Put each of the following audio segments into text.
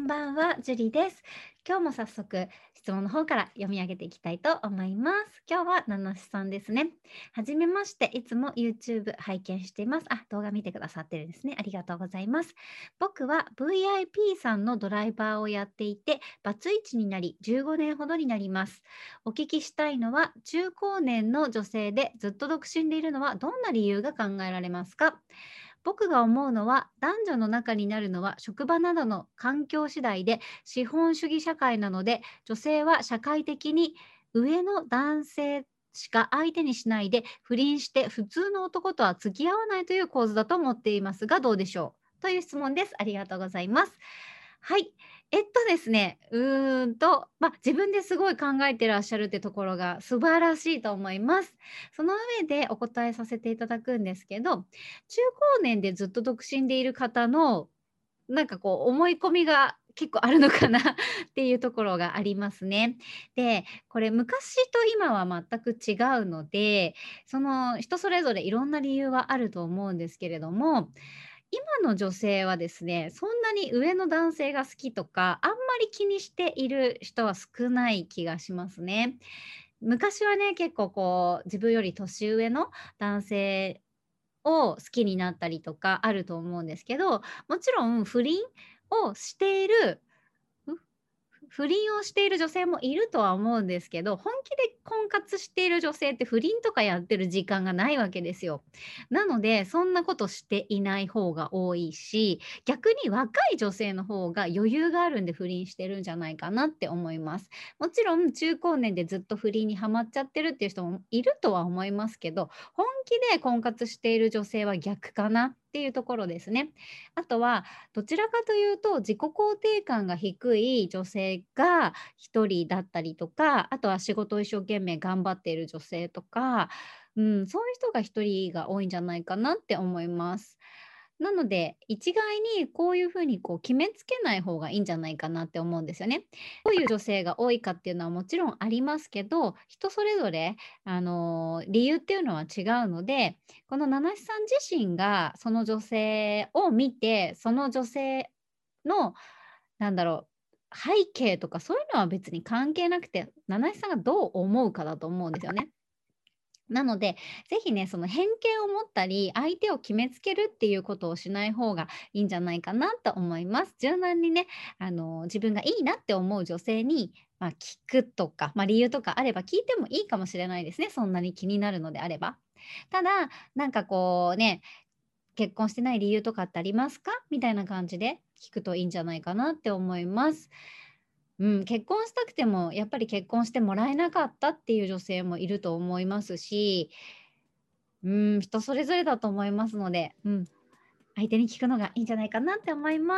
ばんは、ジュリです。今日も早速質問の方から読み上げていきたいと思います。今日はナナシさんですね。はじめまして、いつも YouTube 拝見しています。動画見てくださってるんですね。ありがとうございます。僕は VIP さんのドライバーをやっていて、バツイチになり15年ほどになります。お聞きしたいのは、中高年の女性でずっと独身でいるのはどんな理由が考えられますか？僕が思うのは、男女の仲になるのは職場などの環境次第で、資本主義社会なので、女性は社会的に上の男性しか相手にしないで不倫して普通の男とは付き合わないという構図だと思っていますが、どうでしょうという質問です。ありがとうございます。はい。ですね、自分ですごい考えてらっしゃるってところが素晴らしいと思います。その上でお答えさせていただくんですけど、中高年でずっと独身でいる方の、思い込みが結構あるのかなっていうところがありますね。で、これ昔と今は全く違うので、その人それぞれいろんな理由はあると思うんですけれども、今の女性はですね、そんなに上の男性が好きとか、あんまり気にしている人は少ない気がしますね。昔はね、結構こう、自分より年上の男性を好きになったりとかあると思うんですけど、もちろん不倫をしている不倫をしている女性もいるとは思うんですけど、本気で婚活している女性って不倫とかやってる時間がないわけですよ。なので、そんなことしていない方が多いし、逆に若い女性の方が余裕があるんで不倫してるんじゃないかなって思います。もちろん中高年でずっと不倫にはまっちゃってるっていう人もいるとは思いますけど、本気で婚活している女性は逆かなっていうところですね。あとはどちらかというと、自己肯定感が低い女性が一人だったりとか、あとは仕事を一生懸命頑張っている女性とか、そういう人が一人が多いんじゃないかなって思います。なので、一概にこういうふうにこう決めつけない方がいいんじゃないかなって思うんですよね。どういう女性が多いかっていうのはもちろんありますけど、人それぞれ、理由っていうのは違うので、この七七さん自身がその女性を見て、その女性の、なんだろ背景とかそういうのは別に関係なくて、七七さんがどう思うかだと思うんですよね。なので、ぜひね、その偏見を持ったり、相手を決めつけるっていうことをしない方がいいんじゃないかなと思います。柔軟にね、自分がいいなって思う女性に、聞くとか、理由とかあれば聞いてもいいかもしれないですね、そんなに気になるのであれば。ただ、こうね、結婚してない理由とかってありますか？みたいな感じで聞くといいんじゃないかなって思います。結婚したくてもやっぱり結婚してもらえなかったっていう女性もいると思いますし、人それぞれだと思いますので、相手に聞くのがいいんじゃないかなって思います。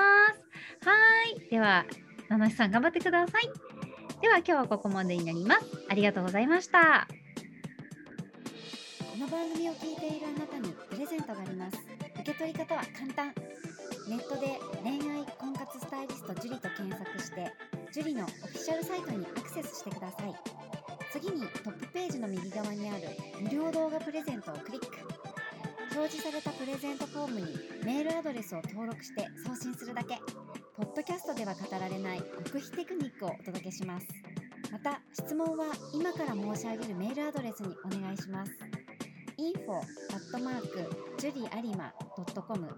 はい。では、七七さん頑張ってください。では今日はここまでになります。ありがとうございました。 この番組を聞いているあなたにプレゼントがあります。受け取り方は簡単。ネットで恋愛婚活スタイリスト樹と検索して、樹のオフィシャルサイトにアクセスしてください。次にトップページの右側にある無料動画プレゼントをクリック。表示されたプレゼントフォームにメールアドレスを登録して送信するだけ。ポッドキャストでは語られない極秘テクニックをお届けします。また質問は今から申し上げるメールアドレスにお願いします。info@juriarima.com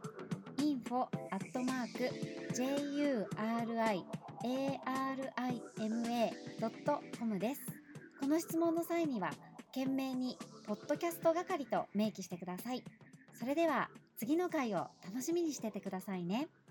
info@juriarima.com です。この質問の際には懸命にポッドキャスト係と明記してください。それでは次の回を楽しみにしててくださいね。